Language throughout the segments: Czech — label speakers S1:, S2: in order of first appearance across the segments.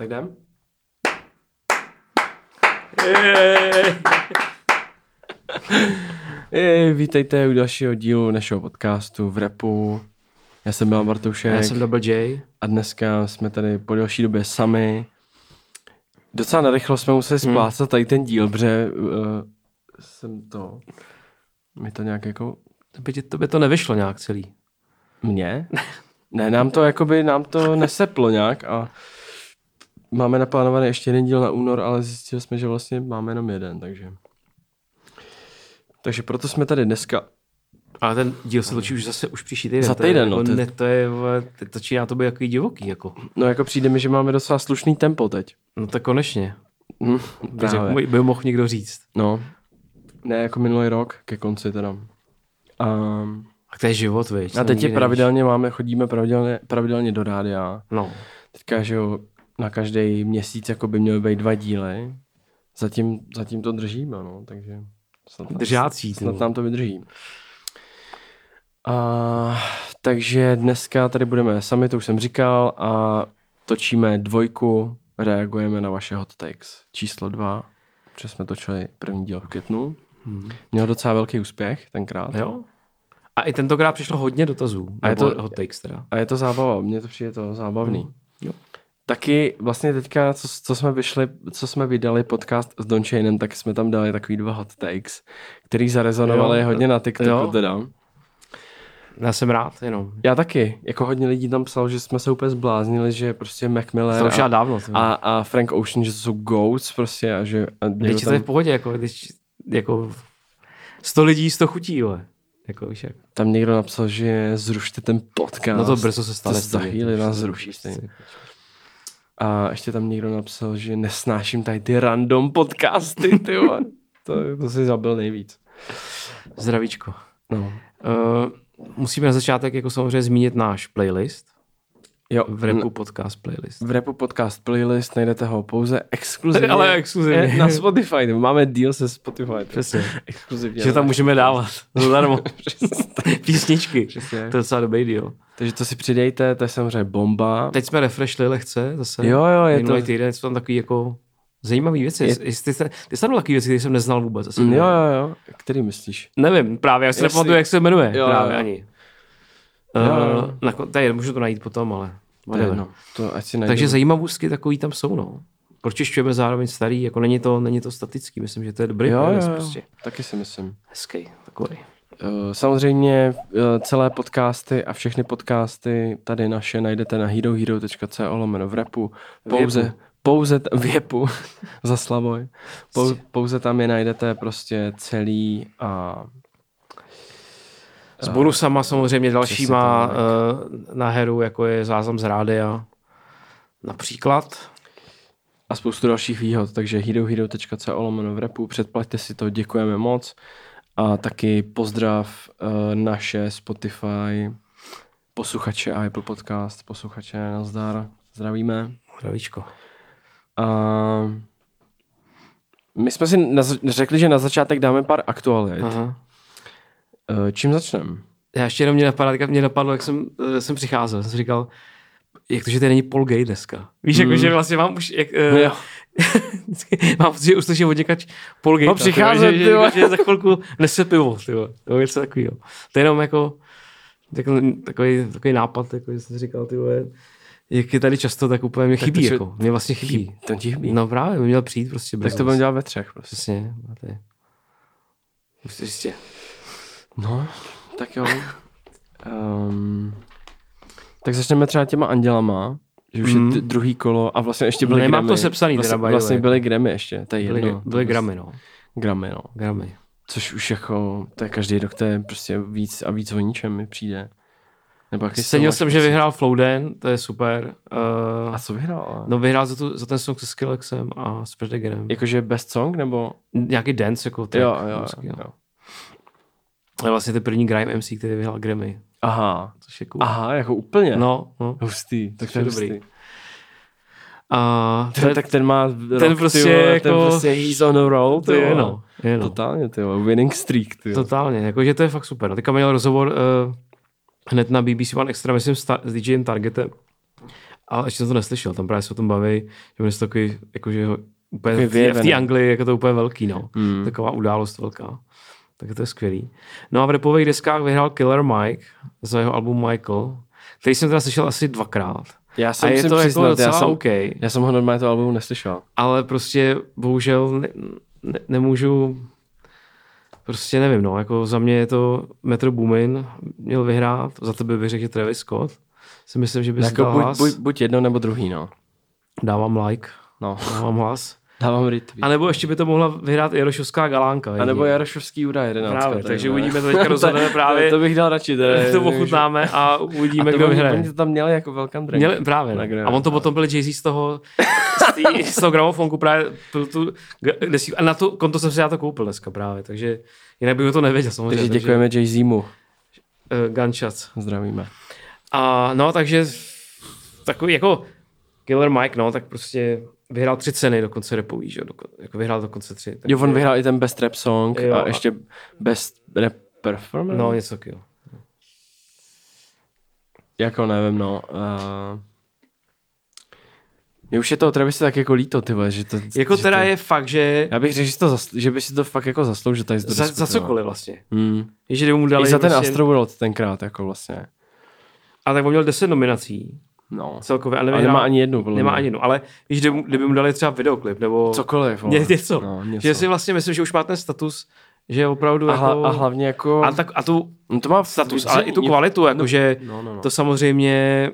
S1: Tak jdem? Vítejte u dalšího dílu našeho podcastu v rapu. Já jsem Milan Bartoušek.
S2: Já jsem Double J.
S1: A dneska jsme tady po delší době sami. Docela narychlo jsme museli splácat tady ten díl, protože mi to nějak jako...
S2: To by to nevyšlo nějak celý.
S1: Mně? Ne, nám to neseplo nějak a máme naplánovaný ještě jeden díl na únor, ale zjistili jsme, že vlastně máme jenom jeden, takže proto jsme tady dneska.
S2: Ale ten díl se točí už příští týden.
S1: Za týden,
S2: to začíná to být takový divoký, jako.
S1: No jako přijde mi, že máme docela slušný tempo teď.
S2: No tak konečně. By mohl někdo říct.
S1: No, ne jako minulý rok, ke konci teda.
S2: A to je život, viď.
S1: A teď chodíme pravidelně do rádia.
S2: No.
S1: Teďka, že jo, na každý měsíc jako by měly být 2 díly. Zatím to držíme, no, takže snad nám to vydrží. Takže dneska tady budeme sami, to už jsem říkal, a točíme 2, reagujeme na vaše hot takes. Číslo 2, protože jsme točili první díl v květnu. Měl docela velký úspěch tenkrát.
S2: Jo. A i tentokrát přišlo hodně dotazů.
S1: A je to
S2: hot takes teda.
S1: A je to zábava, mně to přijde to zábavný.
S2: Jo.
S1: Taky vlastně teďka, co jsme vydali podcast s Don Chainem, tak jsme tam dali takový 2 hot takes, který zarezonovali hodně na TikToku teda.
S2: Já jsem rád, jenom.
S1: Já taky. Jako hodně lidí tam psal, že jsme se úplně zbláznili, že prostě Mac Miller a Frank Ocean, že to jsou goats prostě a že...
S2: Teď to je v pohodě, jako 100 lidí 100 chutí, jo. Jako, víš jak.
S1: Tam někdo napsal, že zrušte ten podcast.
S2: No to brzo se stane.
S1: To za chvíli nás zruší stejně. A ještě tam někdo napsal, že nesnáším tady ty random podcasty, tyjo. To si zabil nejvíc.
S2: Zdravíčko.
S1: No.
S2: Musíme na začátek jako samozřejmě zmínit náš playlist.
S1: Jo.
S2: V Rapu Podcast playlist.
S1: V Rapu Podcast playlist najdete ho pouze exkluzivně.
S2: Ale exkluzivně.
S1: Na Spotify. Máme deal se Spotify.
S2: Přesně.
S1: Exkluzivně.
S2: Že tam můžeme dávat. Zadarmo. Písničky. Přesně. To je docela dobrý deal.
S1: Takže to si přidejte, to je samozřejmě bomba.
S2: Teď jsme refreshli lehce zase.
S1: Jo, je
S2: minulý týden jsou tam takový jako zajímavý věci. Ty jsi tam takový věci, které jsem neznal vůbec. Asi
S1: jo. Který myslíš?
S2: Nevím, právě. Já si nepamatuju, jak se jmenuje.
S1: Jo,
S2: právě ani. Tady můžu to najít potom, ale...
S1: To ať si najdu.
S2: Takže zajímavostky takový tam jsou, no. Pročišťujeme zároveň starý, jako není to statický, myslím, že to je dobrý.
S1: Jo, prostě. Taky si myslím.
S2: Hezký, takový.
S1: Samozřejmě celé podcasty a všechny podcasty tady naše najdete na herohero.co/vrapu. Pouze věpu za Slavoj. Pouze tam je najdete prostě celý a...
S2: S bonusama samozřejmě dalšíma na heru, jako je záznam z rádia například.
S1: A spoustu dalších výhod, takže herohero.co/vrapu. Předplaťte si to, děkujeme moc. A taky pozdrav naše Spotify, posluchače a Apple Podcast, posluchače, nazdar, zdravíme.
S2: Zdravíčko.
S1: My jsme si řekli, že na začátek dáme pár aktualit. Aha. Čím začneme?
S2: Já ještě jenom mě napadlo, jak jsem přicházel, jsem říkal, jak to, že tady není Paul Gay dneska. Víš, jako, že vlastně mám už... mám pocit, že uslyším od někač Paul Gay.
S1: No přicházet,
S2: že za chvilku nese pivo, to je něco takového. To je jenom jako takový nápad, jako, že jsem říkal, jak je tady často, tak úplně mě chybí. Jako. Mě vlastně chybí.
S1: Ten ti chybí.
S2: No právě, by měl přijít prostě brzo.
S1: Tak to budeme dělat ve 3. Prostě.
S2: Přesně. Jistě.
S1: No, tak jo. Tak začneme třeba těma Andělama, že už je druhý kolo a vlastně ještě byly Grammy.
S2: Nemám to sepsaný.
S1: Vlastně byly Grammy ještě, to je jedno.
S2: Byly Grammy, no.
S1: Grammy. Což už jako, to je každý rok, to je prostě víc a víc o ničem mi přijde.
S2: Cenil jsem, že vyhrál Flowden, to je super.
S1: A co vyhrál?
S2: No vyhrál za ten song se Skrillex a s Predagerem.
S1: Jakože best song, nebo?
S2: Nějaký dance, jako
S1: track. Jo.
S2: To je vlastně ten první grime MC, který vyhrál Grammy.
S1: Aha.
S2: Což je cool.
S1: Aha, jako úplně?
S2: No.
S1: Hustý, tak to je dobrý. Tak ten má
S2: ten prostě
S1: he's on a roll,
S2: to je no.
S1: Totálně, winning streak,
S2: Totálně, jakože to je fakt super. No, teďka měl rozhovor hned na BBC One Extra, myslím, s DJem Targetem. Ale ještě jsem to neslyšel, tam právě se o tom baví, že on je takový, jakože úplně v té Anglii jako to úplně velký, no. Taková událost velká. Tak to je skvělý. No a v rapových deskách vyhrál Killer Mike za jeho album Michael, který jsem teda slyšel asi 2krát.
S1: Já jsem
S2: a je to
S1: přiznat,
S2: jako docela OK.
S1: Já jsem ho normálně to album neslyšel.
S2: Ale prostě bohužel nemůžu, prostě nevím, no, jako za mě je to Metro Boomin měl vyhrát, za tebe bych řekl, že Travis Scott. Si myslím, že bys
S1: jako
S2: dal hlas.
S1: Buď jedno nebo druhý, no.
S2: Dávám like, dávám hlas.
S1: Dávám retweet.
S2: A nebo ještě by to mohla vyhrát Jarošovská Galánka.
S1: A nebo Jarošovský údaj 11.
S2: Právě, takže uvidíme, to teďka rozhodneme právě.
S1: To bych dal radši.
S2: To ochutnáme a uvidíme, kdo vyhraje.
S1: Oni to tam měli jako welcome drink.
S2: Právě. A on to potom byl Jay-Z z toho gramofonku právě a na to konto jsem si já to koupil dneska právě, takže jinak bych to nevěděl samozřejmě.
S1: Takže děkujeme Jay-Zmu.
S2: Gunshot.
S1: Zdravíme.
S2: A no, takže takový jako Killer Mike, no, tak prostě vyhrál 3 ceny dokonce rapový, že jako vyhrál dokonce 3. Takže...
S1: Jo, on vyhrál i ten Best Rap Song a ještě Best Rap Performance.
S2: No, něco takového.
S1: Jako nevím, no. Mě už je toho Travise tak jako líto, ty vole, že to...
S2: Jako
S1: že
S2: teda
S1: to...
S2: je fakt, že...
S1: Já bych řekl, že by si to fakt jako zasloužil tady
S2: za cokoliv vlastně. Že mu dali
S1: i za ten
S2: vlastně...
S1: Astroworld tenkrát, jako vlastně.
S2: A tak on měl 10 nominací.
S1: No.
S2: Celkově. A
S1: nemá ani jednu.
S2: Nemá ani jednu, ale víš, kdyby mu dali třeba videoklip, nebo...
S1: Cokoliv.
S2: Něco.
S1: No, něco.
S2: Že si vlastně myslím, že už má ten status, že je opravdu jako...
S1: A hlavně jako...
S2: A tu...
S1: No to má
S2: status, ale i tu kvalitu, jakože to samozřejmě...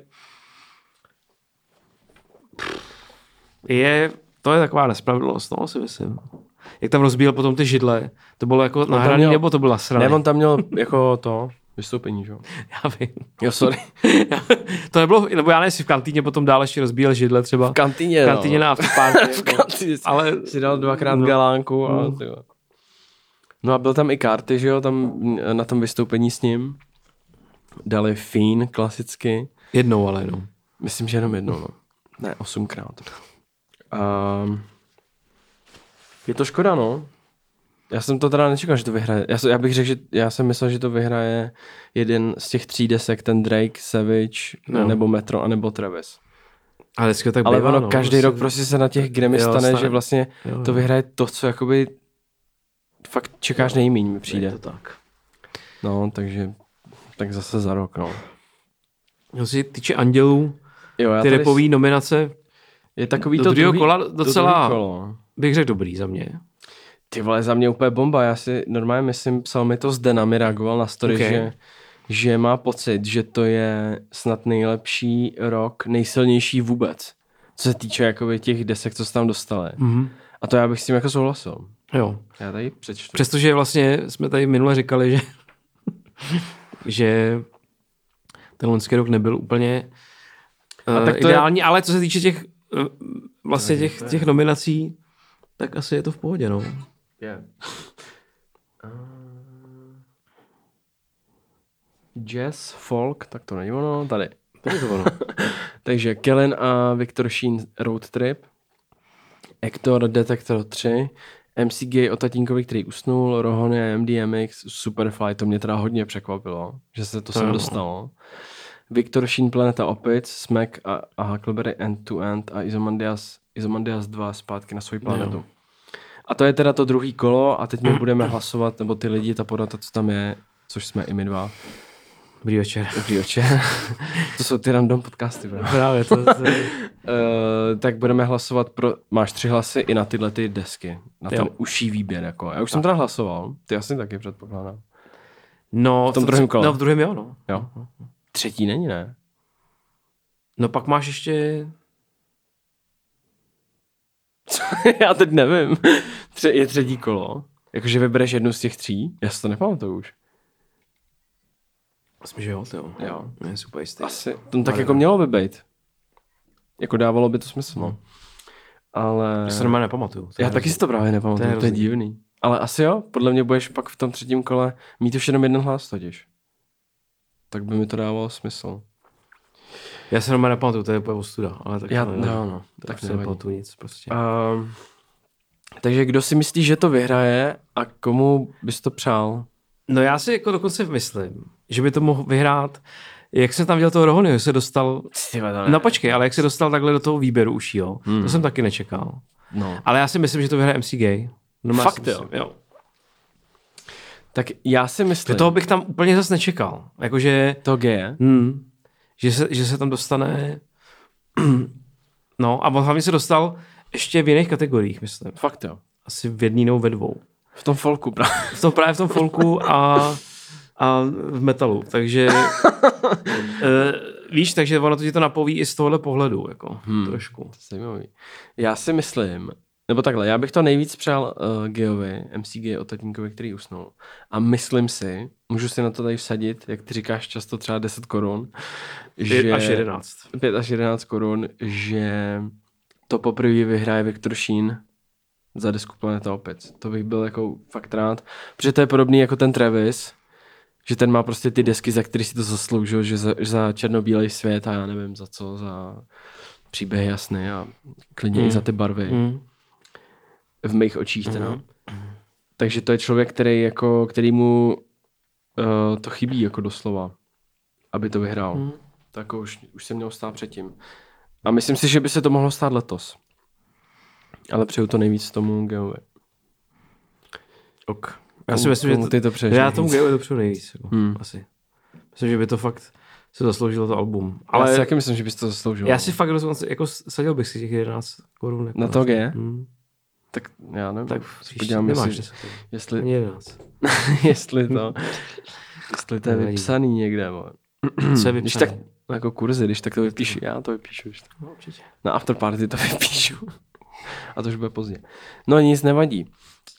S2: To je taková nespravedlnost, no, si myslím. Jak tam rozbíjel potom ty židle, to bylo jako nahraný, nebo to byla sraný?
S1: Ne, on tam měl jako to vystoupení, že jo?
S2: Já vím.
S1: Jo, sorry.
S2: To nebylo, nebo já nevím, jestli v kantýně potom dál ještě rozbíjel židle třeba.
S1: V kantýně,
S2: na afterparty.
S1: V kantýně, ale si dal 2krát galánku a tyjo. No a byl tam i Karty, že jo, tam na tom vystoupení s ním. Dali Fiend klasicky.
S2: Jednou, ale jenom.
S1: Myslím, že jenom jednou, no. Ne, 8krát. Je to škoda, no. Já jsem to teda nečekal, že to vyhraje. Já bych řekl, že já jsem myslel, že to vyhraje jeden z těch 3 desek, ten Drake, Savage, nebo Metro, anebo Travis.
S2: Ale
S1: ono každý rok prostě se na těch Grammy stane, že vlastně to vyhraje to, co jakoby fakt čekáš nejmíň, mi přijde.
S2: Je to tak.
S1: No, takže tak zase za rok, no.
S2: Co se týče Andělů, ty rapový nominace
S1: je takový
S2: do
S1: to
S2: druhého kola docela,
S1: kolo.
S2: Bych řekl dobrý za mě.
S1: Ty vole, za mě úplně bomba. Já si normálně myslím, psal mi to Zdena, mi reagoval na story, že má pocit, že to je snad nejlepší rok, nejsilnější vůbec. Co se týče jakoby těch desek, co se tam dostali. Mm-hmm. A to já bych s tím jako souhlasil.
S2: Jo.
S1: Já tady přečtu.
S2: Přestože vlastně jsme tady minule říkali, že ten loňský rok nebyl úplně ideální, ale co se týče těch vlastně těch nominací, tak asi je to v pohodě, no.
S1: Yeah. Jazz, folk, tak to není ono, tady.
S2: Tady to ono.
S1: Takže Kellen a Victor Sheen Road Trip, Hector Detector 3, MC Gay o tatínkovi, který usnul, Rohony a MDMX, Superfly, to mě teda hodně překvapilo, že se to sem dostalo. Victor Sheen Planeta Opic, Smack a Huckleberry End to End a Izomandias 2 zpátky na svou planetu. A to je teda to druhý kolo a teď my budeme hlasovat, nebo ty lidi, ta porota, co tam je, což jsme i my dva.
S2: Dobrý večer.
S1: Dobrý večer. To jsou ty random podcasty.
S2: Právě to.
S1: Tak budeme hlasovat máš 3 hlasy i na tyhle ty desky. Na ten užší výběr. Jako. Já už jsem teda hlasoval. Ty asi taky předpokládám.
S2: No,
S1: v tom druhém kole.
S2: No, v druhém jo, no.
S1: Jo. Třetí není, ne?
S2: No pak máš ještě...
S1: Já teď nevím. Je třetí kolo. Jakože vybereš jednu z těch 3. Já si to nepamatuju už.
S2: Myslím, že jo, to jo. Je super jistý.
S1: Asi. To tak jako mělo by být. Jako dávalo by to smysl, no. Ale...
S2: Já se normálně nepamatuju.
S1: Já taky si to právě nepamatuju, to je divný. Ale asi jo, podle mě budeš pak v tom třetím kole mít už jenom jeden hlas totiž. Tak by mi to dávalo smysl.
S2: Já se normálně nepamatuju, to je úplně ostuda. Ale tak
S1: no.
S2: Tak se nepamatuju nic prostě.
S1: Takže kdo si myslí, že to vyhraje a komu bys to přál?
S2: No já si jako dokonce myslím, že by to mohl vyhrát Jak jsem tam dělal toho Rohonyho, se dostal... No počkej, ale jak se dostal takhle do toho výběru už, jo? To jsem taky nečekal.
S1: No.
S2: Ale já si myslím, že to vyhraje MC Gay.
S1: Fakt jo. Tak já si myslím...
S2: Že toho bych tam úplně zase nečekal. Jakože...
S1: To Gaye?
S2: Že se tam dostane... No a on hlavně se dostal ještě v jiných kategoriích, myslím.
S1: Fakt jo.
S2: Asi v jedný nebo ve dvou.
S1: V tom folku právě.
S2: Právě v tom folku a v metalu. Takže víš, takže ono to ti to napoví i z tohohle pohledu. Jako, trošku.
S1: Zajímavý. Já si myslím, nebo takhle, já bych to nejvíc přál Gayovi, MC Gay od tatínkovi, který usnul. A myslím si, můžu si na to tady vsadit, jak ty říkáš často třeba 10 korun.
S2: 5 až 11.
S1: 5 až 11 korun, že to poprvé vyhraje Viktor Sheen za desku Planeta Opic. To bych byl jako fakt rád, protože to je podobný jako ten Travis, že ten má prostě ty desky, za který si to zasloužil, že za černobílej svět a já nevím za co, za příběhy jasný a klidně i za ty barvy. V mých očích teda. Takže to je člověk, který mu to chybí jako doslova, aby to vyhrál. Tak jako už se měl stát předtím. A myslím si, že by se to mohlo stát letos. Ale přeju to nejvíc tomu Gayovi.
S2: Ok. Já si myslím, že já tomu Gayovi to přeju nejvíc. Jako, asi. Myslím, že by to fakt se zasloužilo to album. Ale
S1: já si taky myslím, že bys to zasloužil.
S2: Já si fakt jako sadil bych si těch 11 korun. Jako
S1: na to Gaye? Tak já nevím.
S2: Tak
S1: podívám, jestli
S2: 11.
S1: jestli to je vypsaný někde.
S2: Co je vypsaný?
S1: Když tak, jako kurzy, když tak to vypíšu. Já to vypíšu.
S2: No, určitě.
S1: Na afterparty to vypíšu. A to už bude pozdě. No nic nevadí.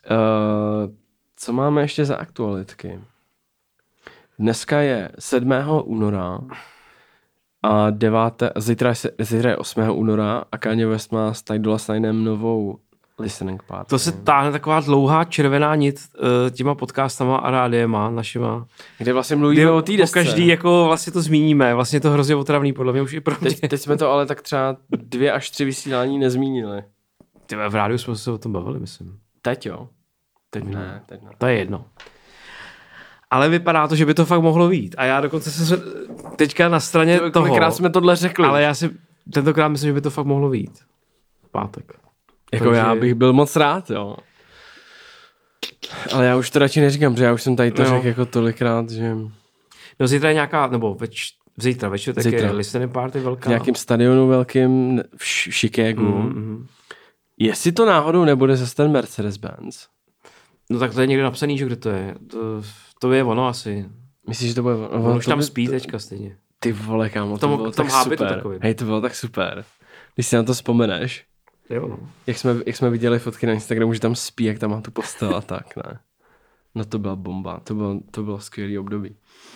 S1: Co máme ještě za aktualitky? Dneska je 7. února a zítra je 8. února a Kanye West má s Ty Dolla Signem novou listening party.
S2: To se táhne taková dlouhá červená nit těma podcastama a rádiema našima.
S1: Kde vlastně mluvíme o té desce.
S2: Každý jako vlastně to zmíníme. Vlastně to hrozně otravný podle mě už i pro mě.
S1: Teď jsme to ale tak třeba 2 až 3 vysílání nezmínili.
S2: V rádiu jsme se o tom bavili, myslím.
S1: Teď jo. Teď ne.
S2: To je jedno. Ale vypadá to, že by to fakt mohlo být. A já dokonce se teďka na straně toho.
S1: Kolikrát jsme tohle řekli.
S2: Ale já si tentokrát myslím, že by to fakt mohlo být. V pátek.
S1: Jako takže... já bych byl moc rád, jo. Ale já už to radši neříkám, protože já už jsem tady to řekl jako tolikrát, že...
S2: No zítra je nějaká, nebo zítra večer, tak je listening party velká.
S1: V nějakém stadionu velkým v Chicagu. Jestli to náhodou nebude zase ten Mercedes-Benz?
S2: No tak to je někde napsaný, že kde to je. To je ono asi.
S1: Myslíš, že to bude ono?
S2: On už tam spí teďka stejně.
S1: Ty vole, kámo, to bylo tak super. Hej, to bylo tak super. Když si na to vzpomeneš.
S2: Jo, no.
S1: Jak jsme viděli fotky na Instagramu, že tam spí, jak tam má tu postel a tak, ne? No to byla bomba. To bylo skvělý období.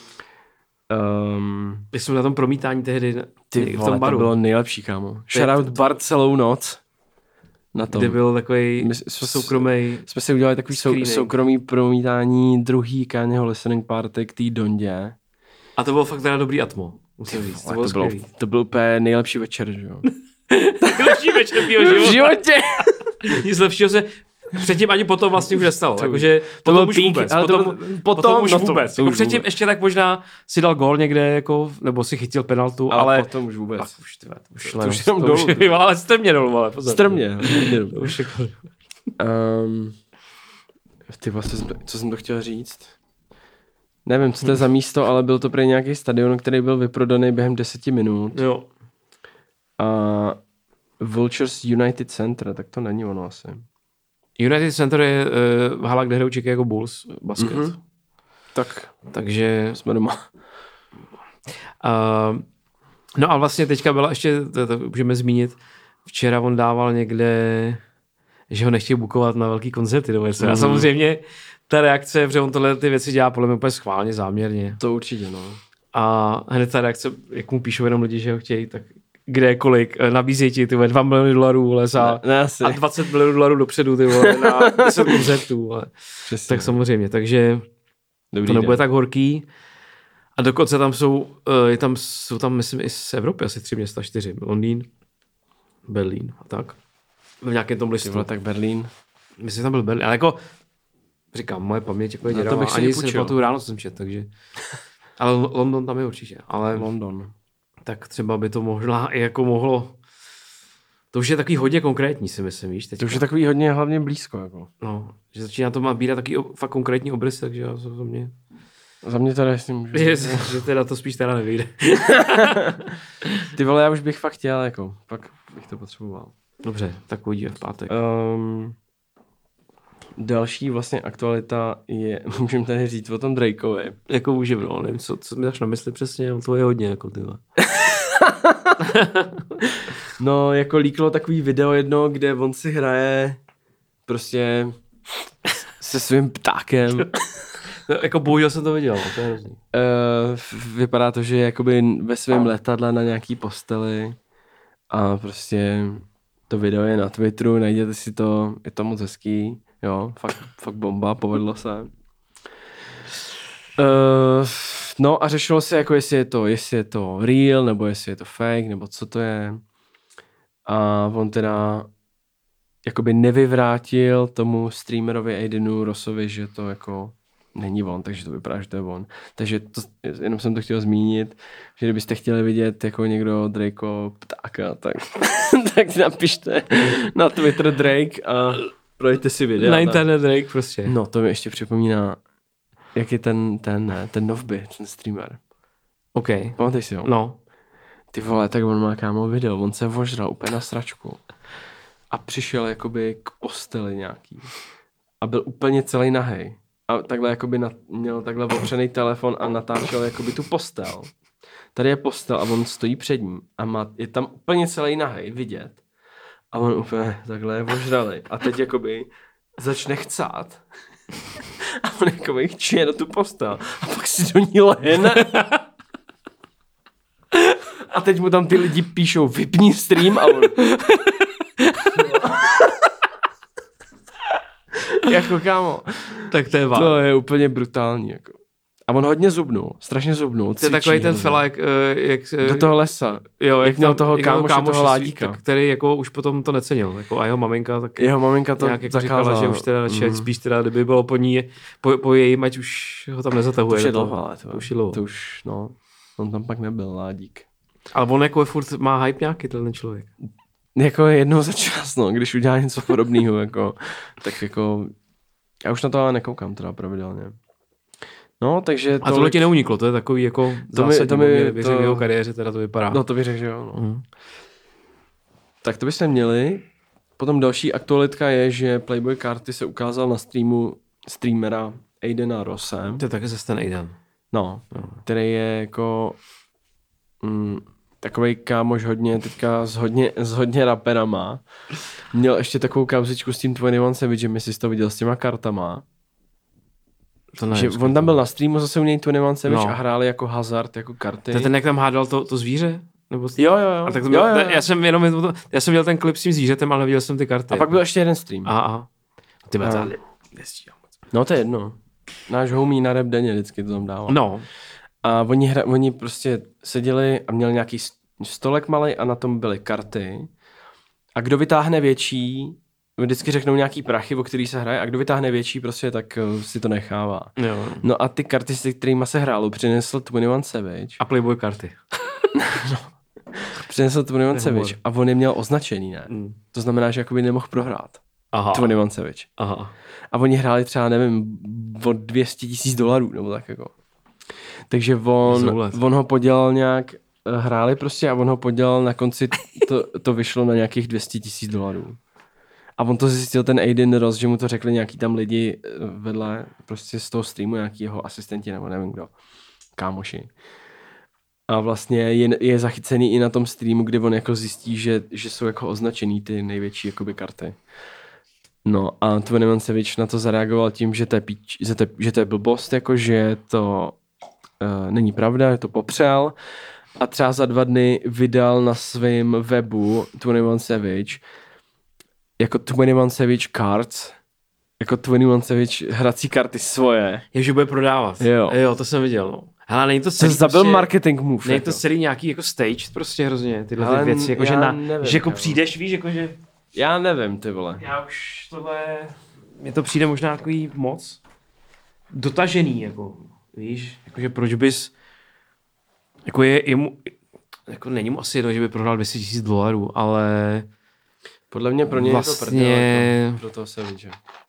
S2: Jsme na tom promítání tehdy
S1: v tom baru. To bylo nejlepší, kámo. Shoutout bar celou noc. Na tom.
S2: Kde byl takový soukromý.
S1: Jsme si udělali takový soukromý promítání druhý Kanyeho listening party k té Dondě.
S2: A to bylo fakt teda dobrý atmo, musím říct.
S1: To byl úplně nejlepší večer, že jo?
S2: Nejlepší večer v životě. Nic lepšího se předtím ani potom vlastně už nestalo. Jakože potom už vůbec. Potom už vůbec. Jako předtím ještě tak možná si dal gól někde, jako, nebo si chytil penaltu, ale
S1: potom už vůbec.
S2: Už jenom dolů. Ale strmě dolů, ale pozor.
S1: Strmě. Ty vlastně, co jsem to chtěl říct? Nevím, co to je za místo, ale byl to prý nějaký stadion, který byl vyprodaný během 10 minut.
S2: Jo.
S1: A Vultures United Center, tak to není ono asi.
S2: United Center je hala, kde hrajou Chicago Bulls basket.
S1: Takže jsme doma.
S2: No a vlastně teďka byla ještě, to můžeme zmínit, včera on dával někde, že ho nechtěl bookovat na velký koncerty. A samozřejmě ta reakce, protože on tohle ty věci dělá podle mě úplně schválně, záměrně.
S1: To určitě, no.
S2: A hned ta reakce, jak mu píšou jenom lidi, že ho chtějí, tak kde kolik, nabízí ti ty $2 miliony a 20 milionů dolarů dopředu ty vole, na 10 koncertů. Tak samozřejmě, takže dobrý to nebude tak horký. A dokonce tam jsou tam myslím i z Evropy asi 3 města, 4. Londýn, Berlín a tak. V nějakém tom listu.
S1: Tak Berlín.
S2: Myslím, tam byl Berlín, ale jako říkám, moje paměť jako je děravá. Ani si nepamatuju ráno, co jsem čet, takže Ale London tam je určitě. Ale
S1: London.
S2: Tak třeba by to možná i jako mohlo... To už je takový hodně konkrétní, si myslím, víš? Teďka.
S1: To už je takový hodně hlavně blízko, jako.
S2: No, že začíná to má být takový fakt konkrétní obrys, takže já za mě...
S1: Za mě teda jestli můžu.
S2: Že teda to spíš teda nevyjde.
S1: Ty vole, já už bych fakt chtěl, jako. Pak bych to potřeboval.
S2: Dobře, tak uvidíme v pátek.
S1: Další vlastně aktualita je, můžeme tady říct o tom Drakeovi.
S2: Jako můžeme, no, nevím, co mi dáš na mysli přesně, to je hodně, jako tyhle.
S1: No, jako líklo takový video jedno, kde on si hraje prostě se svým ptákem.
S2: Jako bohužel jsem to viděl, to je hrozný.
S1: Vypadá to, že je jakoby ve svém letadle na nějaký posteli a prostě to video je na Twitteru, najděte si to, je to moc hezký, jo, fakt bomba, povedlo se. No a řešilo se, jako jestli je to real, nebo jestli je to fake, nebo co to je. A on teda jakoby nevyvrátil tomu streamerovi Aidenu Rossovi, že to jako není on, takže to vypadá, že to je on. Takže to, jenom jsem to chtěl zmínit, že kdybyste chtěli vidět jako někdo Drakeo ptáka, tak napište na Twitter Drake a projďte si video.
S2: Na internet Drake prostě.
S1: No, to mi ještě připomíná, jak je ten Novby, ten streamer.
S2: OK.
S1: Pamatej si ho?
S2: No.
S1: Ty vole, tak on má kámo video, on se vožral úplně na sračku a přišel jakoby k posteli nějaký a byl úplně celý nahej a takhle jakoby měl takhle opřený telefon a natáčel jakoby tu postel. Tady je postel a on stojí před ní a je tam úplně celý nahej vidět a on úplně takhle je vožralý a teď jakoby začne chcát a on jakoby chčije do tu postel a pak si do ní lehne. A teď mu tam ty lidi píšou, vypni stream a on... Jako kámo.
S2: Tak to je
S1: To je úplně brutální, jako. A on hodně zubnul, strašně zubnul.
S2: To je takový ten fela, jak
S1: do toho lesa.
S2: Jo,
S1: jak měl toho kámoše, toho ládíka.
S2: Který jako už potom to necenil. Jako a jeho maminka to
S1: nějak
S2: jako říkala, že už teda spíš teda, kdyby bylo po ní, po jejím, ať už ho tam nezatahuje.
S1: To už je dlouho, ale
S2: to už,
S1: no, on tam pak nebyl ládík.
S2: Ale on jako furt má hype nějaký ten člověk.
S1: Jako jednou za čas, no, když udělá něco podobného, jako, tak jako, já už na to ale nekoukám teda pravidelně. No, takže
S2: a tohle ti neuniklo, to je takový jako zásadní, věřím v jeho kariéře, teda to vypadá.
S1: No to bych řekl, že jo. No. Tak to byste měli. Potom další aktualitka je, že Playboy Carti se ukázal na streamu streamera Aidena Rosse.
S2: To je taky zase ten Aiden.
S1: No, který je jako takovej kámoš hodně, teďka s hodně raperama. Měl ještě takovou kauzičku s tím 21 Savage, jestli jsi to viděl s těma kartama. Že on tam byl na streamu zase u něj 21 Savage a hráli jako hazard, jako karty.
S2: To je ten, jak tam hádal to zvíře? Nebo...
S1: Jo.
S2: A tak to bylo, jo. Já jsem viděl ten klip s tím zvířetem, ale neviděl jsem ty karty.
S1: A pak byl ještě jeden stream.
S2: Aha. Ty
S1: No to je jedno. Náš homie na rap denně vždycky to tam dával.
S2: No.
S1: A oni prostě seděli a měli nějaký stolek malej a na tom byly karty. A kdo vytáhne větší, vždycky řeknou nějaký prachy, o který se hraje, a kdo vytáhne větší, prostě tak si to nechává.
S2: Jo.
S1: No a ty karty, s kterými se hrálo, přinesl 21 Savage.
S2: A Playboy karty.
S1: No. Přinesl 21 Savage a on je měl označený, ne? To znamená, že jakoby nemohl prohrát. 21 Savage.
S2: Aha.
S1: A oni hráli třeba, nevím, o $200,000 nebo tak jako. Takže on ho podělal nějak, hráli prostě a on ho podělal, na konci to vyšlo na nějakých $200,000. A on to zjistil ten Aiden Ross, že mu to řekli nějaký tam lidi vedle prostě z toho streamu, nějaký jeho asistenti nebo nevím kdo, kámoši. A vlastně je zachycený i na tom streamu, kde on jako zjistí, že jsou jako označený ty největší jakoby karty. No a 21 Savage na to zareagoval tím, že to je blbost, jako že to není pravda, že to popřel. A třeba za 2 dny vydal na svém webu 21 Savage jako 21 Savage Cards, jako 21 Savage hrací karty svoje.
S2: Že bude prodávat. Jo, to jsem viděl, no. Hele, není to celý
S1: zabil prostě, marketing move.
S2: Není to celý nějaký jako stage prostě hrozně, tyhle ty věci, jako že že jako přijdeš, víš, jako že...
S1: Já nevím, ty vole.
S2: Já už tohle... Mně to přijde možná takový moc dotažený, jako, víš, jakože proč bys Jako jako není mu asi jedno, že by prohrál $200,000, ale
S1: podle mě pro něj
S2: vlastně...
S1: je to prdel, pro toho se víče.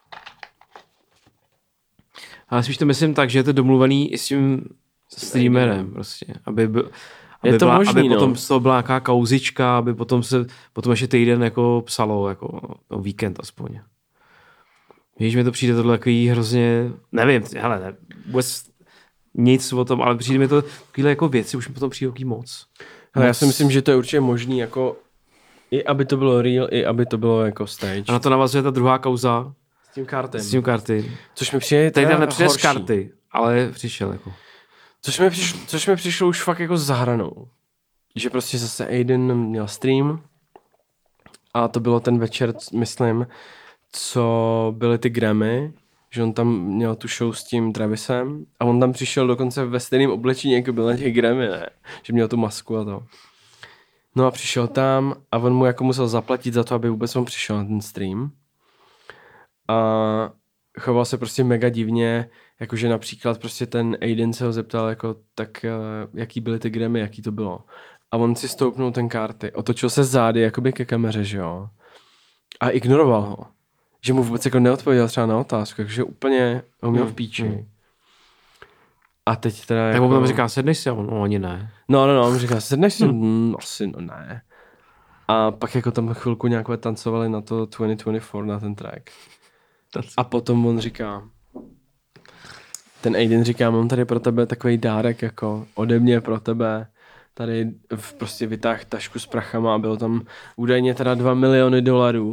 S2: Ale spíš to myslím tak, že je to domluvený i s tím streamerem prostě, aby potom z toho byla nějaká kauzička, aby potom ještě týden jako psalo, jako víkend aspoň. Víš, mi to přijde tohle takový hrozně, nevím, hele, ne, vůbec nic o tom, ale přijde mi to takovýhle jako věci, už mi potom přijde takový moc.
S1: Hele, já si myslím, že to je určitě možný, jako i aby to bylo real, i aby to bylo jako stage.
S2: A na to navazuje ta druhá kauza.
S1: S tím kartem. Což mi přijde
S2: tady tam nepřijde z karty, ale přišel jako.
S1: Což mi přišlo už fakt jako za hranou. Že prostě zase Aiden měl stream a to bylo ten večer, myslím, co byly ty Grammy, že on tam měl tu show s tím Travisem a on tam přišel dokonce ve stejném oblečení, jako byl na těch Grammy, ne? Že měl tu masku a to. No a přišel tam a on mu jako musel zaplatit za to, aby vůbec on přišel na ten stream. A choval se prostě mega divně, jakože například prostě ten Aiden se ho zeptal, jako tak jaký byly ty Grammy, jaký to bylo. A on si stoupnul ten karty, otočil se zády jakoby ke kameře, že jo. A ignoroval ho. Že mu vůbec jako neodpověděl třeba na otázku, takže úplně ho měl v píči. A teď teda
S2: tak
S1: jako...
S2: on tam říká, sedneš si a on ani ne.
S1: No, on říká, sedneš si? Asi no ne. A pak jako tam chvilku nějak tancovali na to 2024, na ten track. A potom on říká, ten Aiden říká, mám tady pro tebe takový dárek, jako ode mě pro tebe. Tady prostě vytáhl tašku s prachama a bylo tam údajně teda $2 miliony.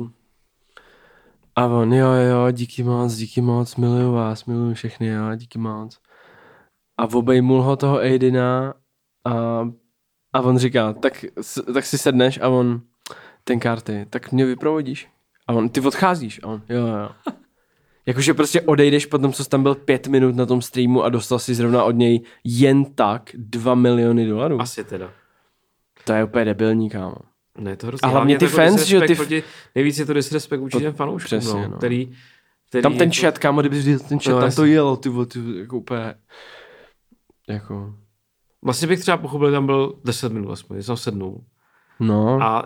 S1: A on, jo, díky moc, miluju vás, miluju všechny, jo, díky moc. A obejmul ho toho Aidena a on říká, tak si sedneš a on, ten karty, tak mě vyprovodíš. A on, ty odcházíš. A on, jo. Jakože prostě odejdeš po tom, co jsi tam byl 5 minut na tom streamu a dostal si zrovna od něj jen tak $2 miliony.
S2: Asi teda.
S1: To je úplně debilní, kámo.
S2: Ne, to hrozně.
S1: A hlavně ty fans, že ty...
S2: Nejvíc je to disrespekt vůči těm fanouškům,
S1: přesně, no.
S2: Který
S1: tam ten chat, kámo, kdyby viděl ten chat, tam to jelo, ty jako úplně... Jako...
S2: Vlastně bych třeba pochopil, tam byl 10 minut aspoň, jsem sednul.
S1: No.
S2: A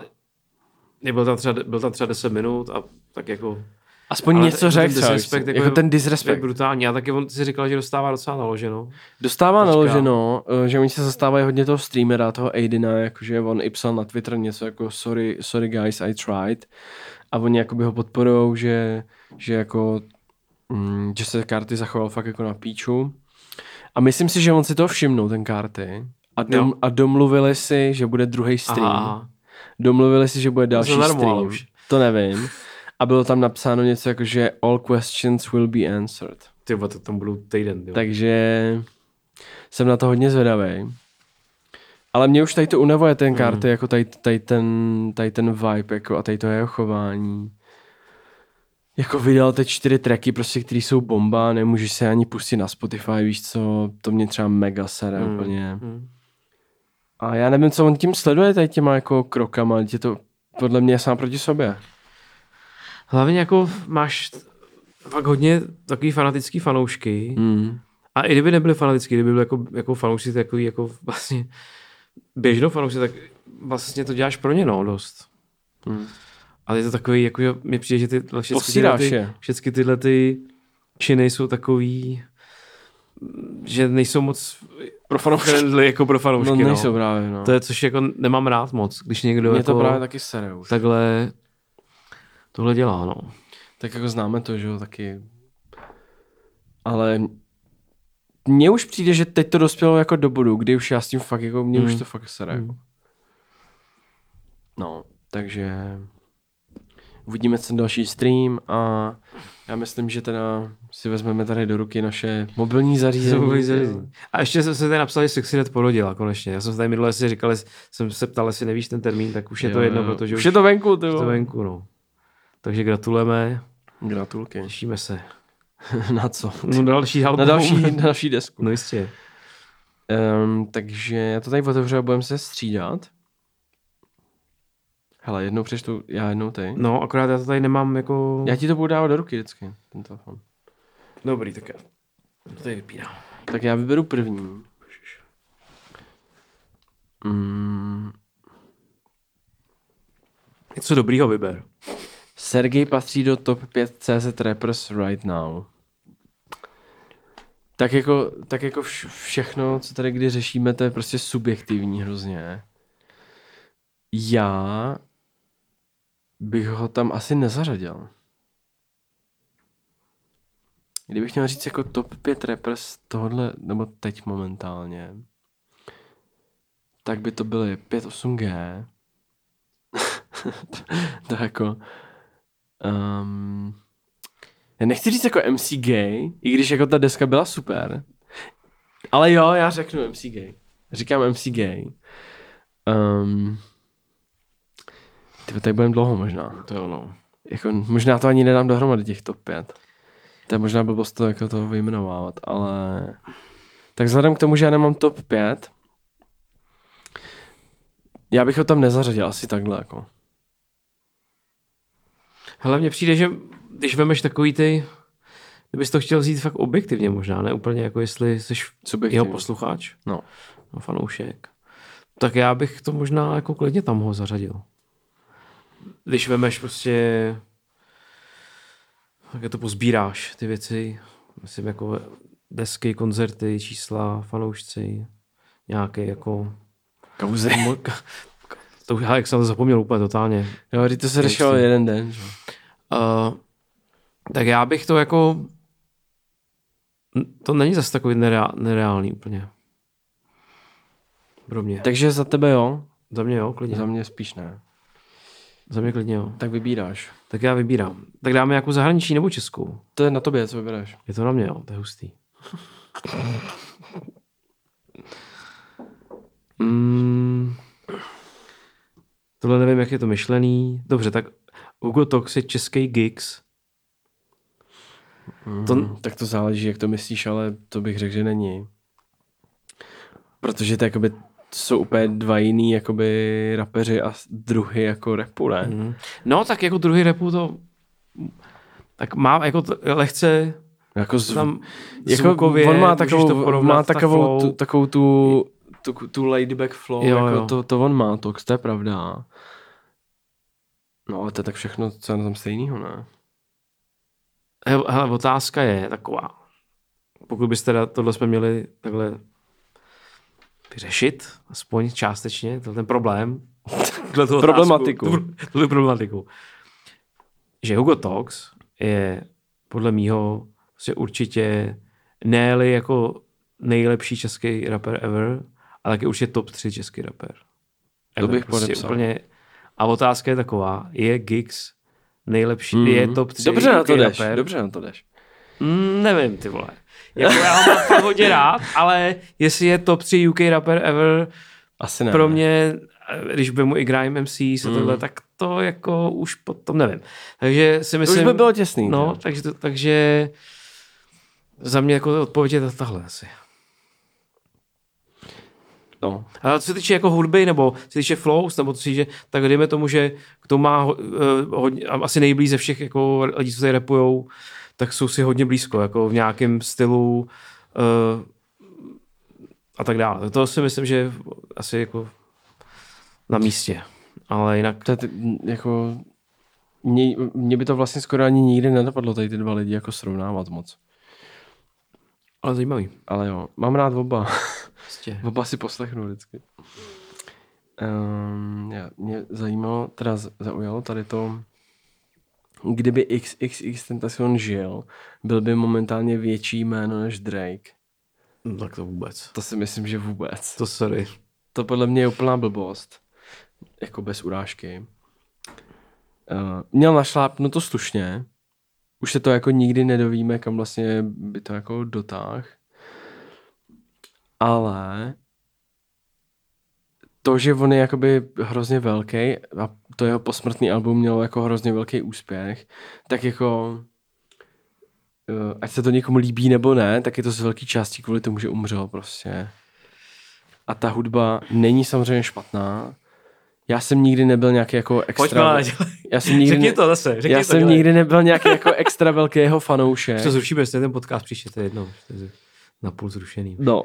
S2: byl tam třeba 10 minut a tak jako...
S1: Aspoň něco řekl, jako ten disrespekt.
S2: Je brutální. A taky on si říkal, že dostává docela naloženo.
S1: Dostává naloženo, že oni se zastávají hodně toho streamera, toho Aidena, jakože on i psal na Twitter něco jako sorry guys, I tried. A oni jakoby ho podporujou, že jako že se karty zachoval fakt jako na píču. A myslím si, že on si to všimnul, ten karty. A domluvili si, že bude druhý stream. Aha. Domluvili si, že bude další stream. To nevím. A bylo tam napsáno něco jako, že all questions will be answered.
S2: Tyba, to tam budou týden.
S1: Takže jsem na to hodně zvědavý. Ale mě už tady to unavuje ten karty, jako tady ten vibe, jako a tady to jeho chování. Jako vydal ty 4 tracky, prostě, které jsou bomba, nemůžeš se ani pustit na Spotify, víš co, to mě třeba mega sere úplně. A já nevím, co on tím sleduje tady těma jako krokama, je to podle mě sám proti sobě.
S2: Hlavně jako máš fakt hodně takový fanatický fanoušky. A i kdyby nebyli fanatický, kdyby byli jako fanoušci takový jako vlastně běžnou fanoušci, tak vlastně to děláš pro ně, no, dost. Ale je to takový, jako mi přijde, že všechny tyhle ty činy jsou takový, že nejsou moc
S1: pro fanoušky,
S2: jako pro fanoušky,
S1: no. Nejsou právě, no.
S2: To je, což jako nemám rád moc, když někdo
S1: mě
S2: jako
S1: to právě taky sere už.
S2: Takhle tohle dělá, no.
S1: Tak jako známe to, že jo, taky. Ale mně už přijde, že teď to dospělo jako do bodu, kdy už já s tím fakt jako, mě už to fakt sere. No, takže uvidíme ten další stream a já myslím, že teda si vezmeme tady do ruky naše mobilní zařízení.
S2: A ještě jsme se tady napsali, že Sexynet porodila konečně. Já jsem se tady minule si říkal, jsem se ptal, jestli nevíš ten termín, tak už je to jedno, protože
S1: už je to venku, ty.
S2: Už je to venku, no. Takže gratulujeme.
S1: Gratulky.
S2: Těšíme se.
S1: Na co?
S2: No další album.
S1: Na další desku.
S2: No jistě.
S1: Takže já to tady otevřu a budeme se střídat. Hele, jednou přečtu, já jednou ty.
S2: No, akorát já to tady nemám jako...
S1: Já ti to budu dávat do ruky vždycky, ten telefon.
S2: Dobrý, tak já to tady vypínám.
S1: Tak já vyberu první.
S2: Něco dobrýho vyber.
S1: Sergej patří do top 5 CZ rappers right now. Tak jako všechno, co tady kdy řešíme, to je prostě subjektivní hrozně. Já bych ho tam asi nezařadil. Kdybych měl říct jako top 5 rappers tohodle, nebo teď momentálně, tak by to byly 58G. To jako... já nechci říct jako MC Gay, i když jako ta deska byla super. Ale jo, já řeknu MC Gay. Říkám MC Gay. Tady budeme dlouho možná.
S2: To je ono.
S1: Jako, možná to ani nedám dohromady těch top 5. To je možná blbost to jako toho vyjmenovávat, ale... Tak vzhledem k tomu, že já nemám top 5, já bych ho tam nezařadil asi takhle jako.
S2: Hlavně přijde, že když vemeš takový ty, kdybys to chtěl vzít fakt objektivně možná, ne úplně jako jestli jsi jeho posluchač,
S1: no
S2: fanoušek, tak já bych to možná jako klidně tam ho zařadil. Když vemeš prostě, jak to pozbíráš, ty věci, myslím jako desky, koncerty, čísla, fanoušci, nějaké jako...
S1: Kauzy.
S2: To už, jak jsem to zapomněl úplně totálně.
S1: Jo, to se řešilo jeden den. Že?
S2: Tak já bych to jako... To není zase takový nereálný úplně. Pro mě.
S1: Takže za tebe jo?
S2: Za mě jo, klidně.
S1: Za mě spíš ne.
S2: Za mě klidně jo.
S1: Tak vybíráš.
S2: Tak já vybírám. Tak dáme nějakou zahraniční nebo českou?
S1: To je na tobě, co vyberáš.
S2: Je to na mě, jo, to je hustý. Tohle nevím, jak je to myšlený. Dobře, tak Hugo Tox je český Gigs.
S1: Tak to záleží, jak to myslíš, ale to bych řekl, že není. Protože to jakoby jsou úplně dva jiný jakoby rapeři a druhy jako rapu, ne?
S2: No, tak jako druhy rapu to tak má jako lehce
S1: jako
S2: tam
S1: jako
S2: zvukově,
S1: on má takovou tu laidback flow,
S2: jo,
S1: jako
S2: jo.
S1: To on má, to je pravda. No ale to je tak všechno, co je na tom stejného, ne?
S2: Hele, otázka je taková. Pokud byste tohle jsme měli takhle vyřešit, aspoň částečně, ten problém. Problematiku. Že Hugo Tox je podle mýho určitě ne-li jako nejlepší český rapper ever, ale taky určitě top 3 český rapper.
S1: To bych podepsal.
S2: Úplně. A otázka je taková, je Gigs nejlepší, je top 3
S1: Dobře na to jdeš.
S2: Nevím, ty vole. Jako já ho mám hodně rád, ale jestli je top 3 UK rapper ever,
S1: asi ne.
S2: Pro mě, když by mu i Grime MC a tohle, tak to jako už potom nevím. Takže si myslím...
S1: To už by bylo těsný.
S2: No, takže za mě jako odpověď je tahle asi.
S1: No.
S2: A co se týče jako hudby, nebo co se týče flows, nebo co se týče, tak dejme tomu, že kdo má hodně, asi nejblíž ze všech jako lidí, co tady rapujou, tak jsou si hodně blízko, jako v nějakém stylu a tak dále. Tak to si myslím, že asi jako na místě. Ale jinak...
S1: To je jako... Mě by to vlastně skoro ani nikdy nenapadlo tady ty dva lidi jako srovnávat moc.
S2: Ale zajímavý.
S1: Ale jo, mám rád oba.
S2: Prostě.
S1: Oba si poslechnu vždycky. Mě zajímalo, teda zaujalo tady to, kdyby XXXTentacion žil, byl by momentálně větší jméno než Drake.
S2: No, tak to vůbec.
S1: To si myslím, že vůbec.
S2: To sorry.
S1: To podle mě je úplná blbost. Jako bez urážky. Měl našlápnuto slušně. Už se to jako nikdy nedovíme, kam vlastně by to jako dotáh. Ale to, že on je jakoby hrozně velký a to jeho posmrtný album mělo jako hrozně velký úspěch, tak jako ať se to někomu líbí nebo ne, tak je to z velké části kvůli tomu, že umřel prostě. A ta hudba není samozřejmě špatná. Já jsem nikdy nebyl nějaký jako extra... Já jsem nikdy nebyl nějaký jako extra velký jeho fanoušek.
S2: To zrušíme, ten podcast příště, to je jedno. Napůl zrušený.
S1: No,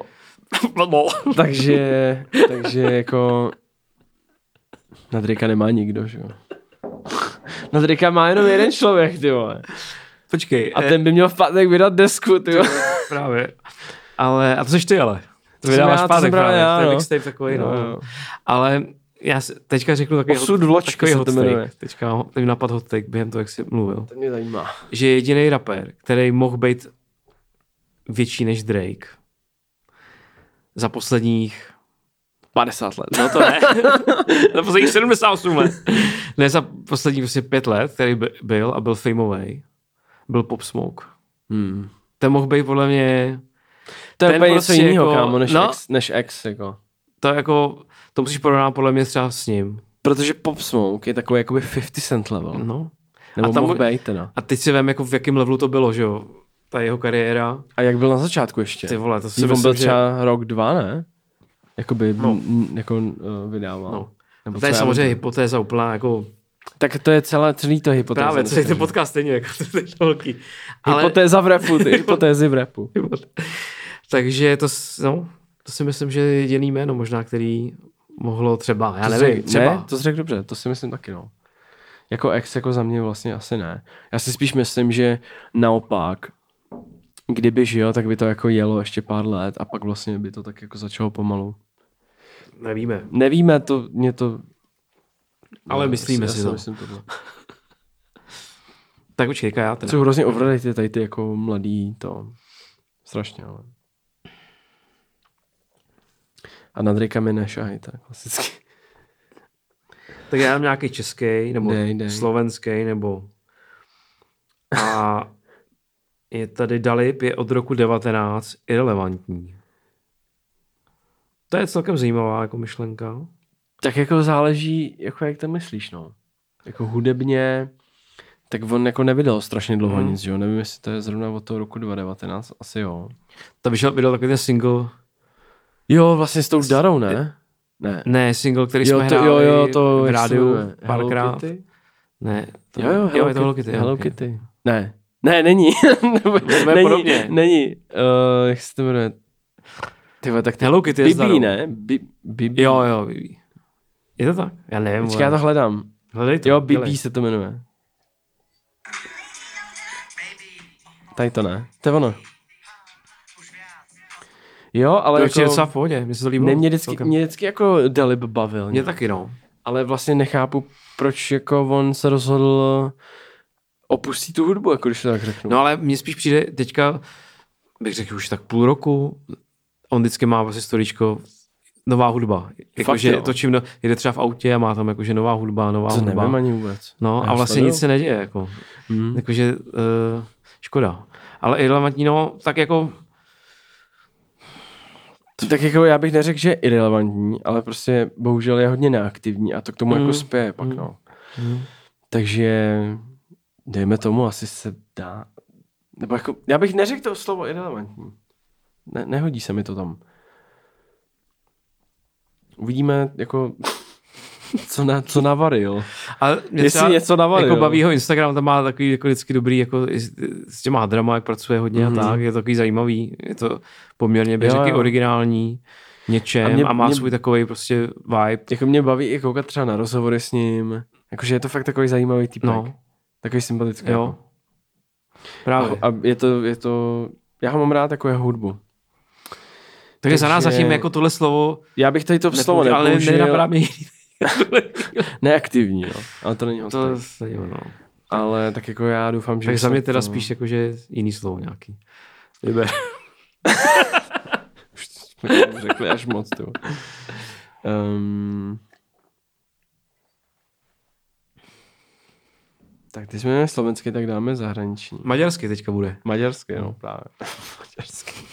S1: takže jako na Drakea nemá nikdo, že jo. Na Drakea má jenom jeden člověk, ty vole.
S2: Počkej.
S1: A ten by měl v pátek vydat desku, ty vole.
S2: Právě. Ale, a to jsi ty ale. To vydáváš v pátek právě. To je mixtape takový, no. Ale já teďka řeknu takový
S1: Osud vločka se to jmenuje.
S2: Teďka mi napadl hot take během toho, jak jsi mluvil.
S1: To mě zajímá.
S2: Že jediný rapper, který mohl být větší než Drake za posledních
S1: 50 let.
S2: No to ne. Za posledních 78 let. Ne, za posledních prostě 5 let, který byl a byl fameový, byl Pop Smoke. Ten mohl být podle mě...
S1: To je úplně něco jiného,
S2: jako,
S1: kámo, než X, jako.
S2: To musíš porovnat podle mě třeba s ním.
S1: Protože Pop Smoke je takový jakoby 50 Cent level.
S2: No.
S1: Nebo mohl být teda.
S2: A teď si vem, jako v jakém levelu to bylo, že jo? Ta jeho kariéra.
S1: A jak byl na začátku ještě?
S2: Ty vole, to si
S1: myslím, byl třeba rok, 2, ne? Jakoby vydával.
S2: No. Nebo to je samozřejmě hypotéza úplná, jako...
S1: Tak to je celý to hypotéza.
S2: Právě, celý ten podcast stejně, jako to je velký.
S1: Hypotéza v rapu, ty hypotézy v rapu.
S2: Takže to si myslím, že je jediný jméno možná, který mohlo třeba, já nevím, třeba.
S1: Ne, to jsi řekl dobře, to si myslím taky, no. Jako X, jako za mě vlastně asi ne. Já si spíš myslím, že naopak, kdyby žil, tak by to jako jelo ještě pár let a pak vlastně by to tak jako začalo pomalu. Nevíme, to mě to...
S2: Ale myslíme si to.
S1: Myslím tohle.
S2: Tak počkej, já teda.
S1: Jsou hrozně ovradejte tady ty jako mladý, to strašně, ale... A na Drakea mi nešahejte, klasicky.
S2: Tak já mám nějaký český, nebo slovenský, nebo... A je tady Dalib, je od roku 19 irrelevantní. To je celkem zajímavá jako myšlenka.
S1: Tak jako záleží, jako jak to myslíš, no. Jako hudebně, tak on jako nevydal strašně dlouho nic, jo. Nevím, jestli to je zrovna od toho roku 2019, asi jo.
S2: To vydal takový ten single.
S1: Jo, vlastně s tou Darou, ne?
S2: Ne, single, který jsme hráli
S1: to
S2: v rádiu párkrát.
S1: Ne.
S2: To, jo, je to Hello Kitty.
S1: Hello Kitty. Ne, není. Není. Jak se to jmenuje? Tyhle, tak
S2: Hello Kitty je
S1: Bibi, ne? Bibi.
S2: Jo, Bibi. Je to tak? Já nevím.
S1: Počkej, já to hledám.
S2: Hledej to.
S1: Jo, Bibi se to jmenuje. Tady to ne. To je ono. Jo, ale
S2: to
S1: jako...
S2: je docela v pohodě, mě se to líbilo.
S1: Mě vždycky jako Dalib bavil.
S2: Mě taky, no.
S1: Ale vlastně nechápu, proč jako on se rozhodl opustit tu hudbu, jako když to tak řeknu.
S2: No ale mně spíš přijde teďka, bych řekl už tak půl roku, on vždycky má vlastně storíčko nová hudba. Jakože točím, jede třeba v autě a má tam jakože nová hudba.
S1: To nevím ani vůbec.
S2: No a vlastně nic se neděje, jako. Jakože škoda. Ale irrelevantní, no, tak jako...
S1: Tak jako já bych neřekl, že je irrelevantní, ale prostě bohužel je hodně neaktivní a to k tomu jako spěje pak, no. Takže dejme tomu, asi se dá... Nebo jako, já bych neřekl to slovo irrelevantní. Nehodí se mi to tam. Uvidíme, jako... Co navaril.
S2: Ale
S1: jestli něco navaril.
S2: Jako baví ho Instagram, tam má takový jako vždycky dobrý, jako s těma hadrama, jak pracuje hodně a tak, je to takový zajímavý, je to poměrně, bych řekl, originální něčem a má svůj takový prostě vibe.
S1: Jako mě baví i koukat třeba na rozhovory s ním, jakože je to fakt takový zajímavý typek. No. Takový sympatický.
S2: Jo. Právě.
S1: A je to, já ho mám rád jako jeho hudbu.
S2: Takže za nás zatím jako tohle slovo...
S1: Já bych tady to slovo nepoužil.
S2: Ale nenapadá mi
S1: neaktivní, no. Ale to není
S2: to no.
S1: Ale tak jako já doufám, že...
S2: Tak za mě teda spíš jakože jiný slovo nějaký. Vyber.
S1: Už jsme to řekli až moc, to. Tak ty jsme měli slovenský, tak dáme zahraniční.
S2: Maďarský teďka bude.
S1: Maďarský, no právě. Maďarský.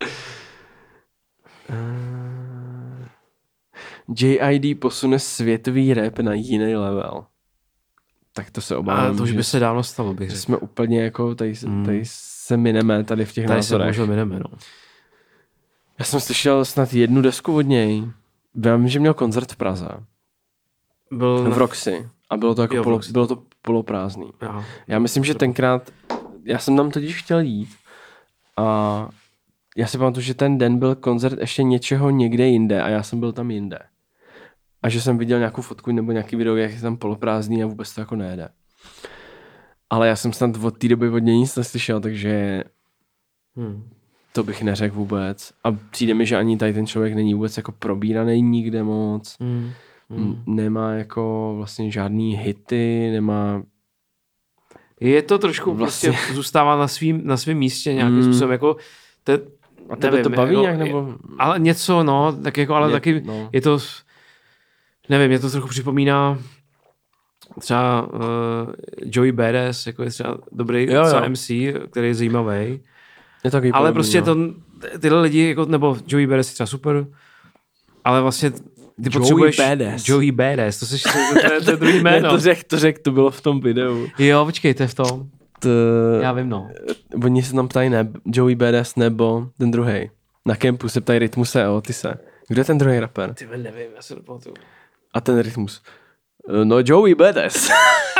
S1: JID posune světový rap na jiný level. Tak to se obávám.
S2: A to už by se dávno stalo, bych řekl.
S1: Jsme úplně jako, tady se mineme tady v těch názorech.
S2: Tady se možná mineme, no.
S1: Já jsem slyšel snad jednu desku od něj. Vím, že měl koncert v Praze.
S2: Byl
S1: v Roxy. A bylo to jako bylo to poloprázdný. Já myslím, že tenkrát, já jsem tam totiž chtěl jít a já si pamatuju, že ten den byl koncert ještě něčeho někde jinde a já jsem byl tam jinde. A že jsem viděl nějakou fotku nebo nějaký video, jak je tam poloprázdný a vůbec to jako nejde. Ale já jsem snad od té doby od něj nic neslyšel, takže to bych neřekl vůbec. A přijde mi, že ani tady ten člověk není vůbec jako probíraný nikde moc. Nemá jako vlastně žádný hity, nemá...
S2: Je to trošku vlastně zůstává na svém místě nějakým způsobem jako...
S1: A tebe to baví nějak, nebo...
S2: Ale něco, no, tak jako, ale taky je to... Nevím, mě to trochu připomíná třeba Joey Badass, jako je třeba dobrý třeba MC, který je zajímavý. Je ale prostě tyhle lidi, jako, nebo Joey Badass je třeba super, ale vlastně ty potřebuješ... Joey Badass, to je druhý jméno.
S1: Ne, to řek, to bylo v tom videu.
S2: Jo, počkej, to je v tom. Já vím, no.
S1: Oni se tam ptají Joey Badass nebo ten druhej. Na kempu se ptají Rytmuse a Otise. Kdo je ten druhý rapper?
S2: Ty nevím, já se nepamatuju.
S1: A ten Rytmus. No Joey Badass.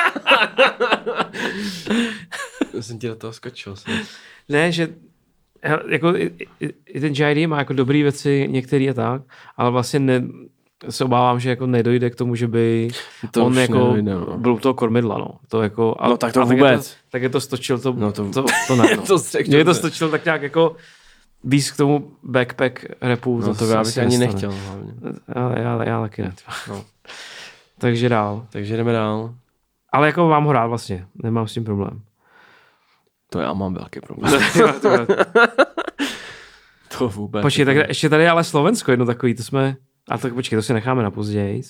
S1: Jsem ti do toho skočil.
S2: Ne, že jako i ten J.I.D. má jako dobrý věci některý a tak, ale vlastně se obávám, že jako nedojde k tomu, že by to on jako nedojde, no. Byl u toho kormidla, no. To jako,
S1: no tak to vůbec.
S2: Tak je to stočil, to ne, no. Je to stočil tak nějak jako víc k tomu backpack rapu.
S1: No to já bych ani nechtěl.
S2: Já taky ne. No. Takže dál.
S1: Takže jdeme dál.
S2: Ale jako mám ho rád vlastně, nemám s tím problém.
S1: To já mám velký problém. To vůbec.
S2: Počkej, tak ještě tady ale Slovensko jedno takový, to jsme... A tak počkej, to si necháme na později.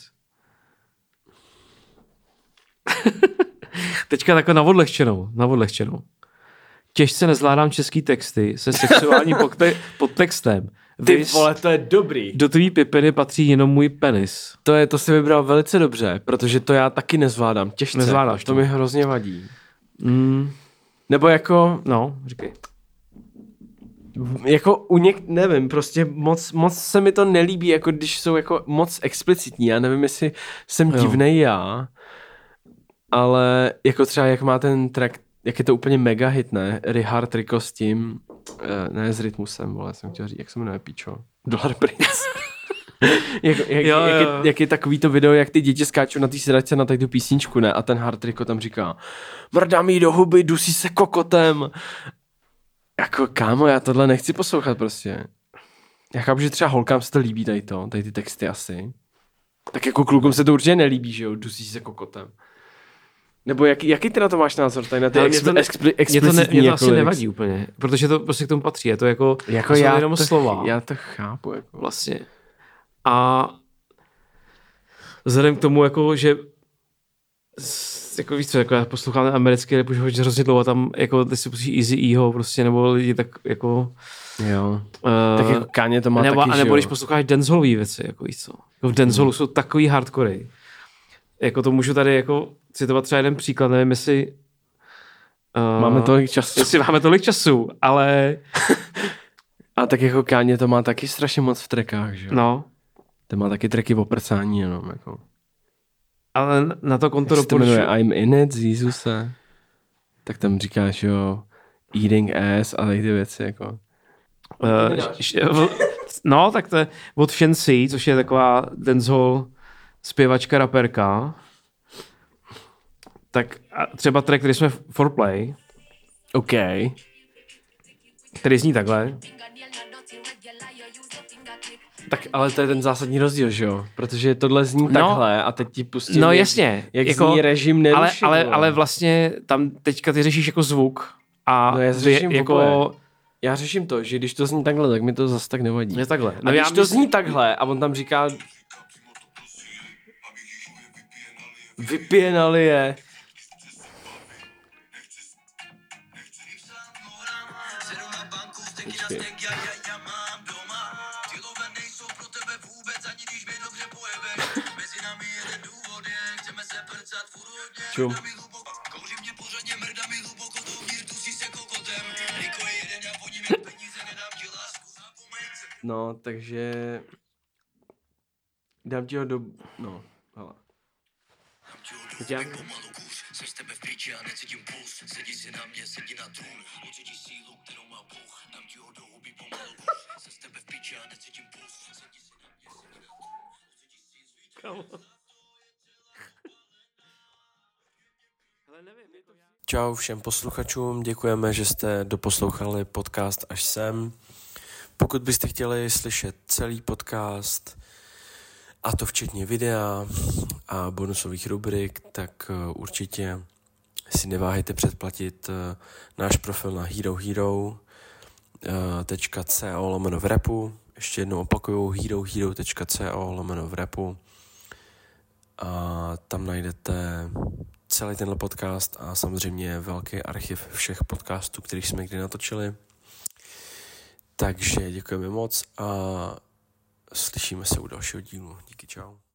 S2: Teďka takhle na odlehčenou. Těžce nezvládám český texty se sexuálním podtextem.
S1: Ty vole, to je dobrý.
S2: Do tvý pipiny patří jenom můj penis.
S1: To si vybral velice dobře, protože to já taky nezvládám. Těžce.
S2: Nezvládáš
S1: to mi hrozně vadí. Nebo jako...
S2: No, říkej.
S1: Jako nevím, prostě moc se mi to nelíbí, jako když jsou jako moc explicitní. Já nevím, jestli jsem divnej já, ale jako třeba jak má ten track, jak je to úplně mega hit, ne? Hard Rico s tím, ne s Rytmusem, vole, jsem chtěl říct, jak se jmenuje, píčo? Dollar Prince. jak je takový to video, jak ty děti skáčou na té sedačce na tady tu písničku, ne? A ten Hard Rico tam říká, mrdám jí do huby, dusí se kokotem. Jako kámo, já tohle nechci poslouchat prostě. Já chápu, že třeba holkám se to líbí tady ty texty asi. Tak jako klukům se to určitě nelíbí, že jo, dusí se kokotem. Nebo jaký ty na to máš názor tady na ty explicitní
S2: mě to asi nevadí úplně, protože to prostě k tomu patří, je to jako
S1: já
S2: jenom slova.
S1: Já to chápu. Jako.
S2: Vlastně. A vzhledem k tomu, jako, že jako víš co, jako já poslouchám americký rap už hrozně dlouho, tam jako ty si pustíš Eazy-Eho prostě, nebo lidi tak jako...
S1: Jo, tak jako Kanye to má
S2: nebo,
S1: taky,
S2: a nebo když posloucháš dancehallový věci, jako víš co. Jako v dancehallu jsou takový hardcory. Jako to můžu tady jako citovat třeba jeden příklad, nevím jestli...
S1: máme tolik času.
S2: Jestli máme tolik času, ale...
S1: A tak jako Kanye to má taky strašně moc v trackách, že jo?
S2: No.
S1: To má taky tracky o prcání jenom, jako...
S2: Ale na to konto
S1: doporučuji. Jak se to jmenuje I'm in it z Jesuse, tak tam říkáš, jo, eating ass a tady ty věci, jako.
S2: No, tak to je od Shensi, což je taková dancehall zpěvačka, raperka. Tak třeba track, který jsme Foreplay.
S1: OK.
S2: Který zní takhle.
S1: Tak ale to je ten zásadní rozdíl, že jo? Protože tohle zní takhle a teď ti pustím,
S2: no, jasně,
S1: jak jako, zní režim nerušit.
S2: Ale vlastně tam teďka ty řešíš jako zvuk a
S1: no, já řeším jako... Já řeším to, že když to zní takhle, tak mi to zase tak nevadí.
S2: Je takhle.
S1: No, a když to zní takhle a on tam říká vypěnali je. Počkej. Čum. No, takže dám ti ho do... No, hele.
S2: Jak?
S3: a necítím puls, sedí si na mě, sedí na trůn, ucítí sílu, kterou má Bůh, dám ti ho do huby pomalu, se z tebe v piči a necítím puls, sedí si na mě, sedí na trůn, ucítí sílu,
S1: Čau všem posluchačům, děkujeme, že jste doposlouchali podcast až sem. Pokud byste chtěli slyšet celý podcast, a to včetně videa a bonusových rubrik, tak určitě si neváhejte předplatit náš profil na herohero.co/vrapu. Ještě jednou opakuju, herohero.co/vrapu. A tam najdete celý tenhle podcast a samozřejmě velký archiv všech podcastů, kterých jsme kdy natočili. Takže děkujeme moc a slyšíme se u dalšího dílu. Díky, čau.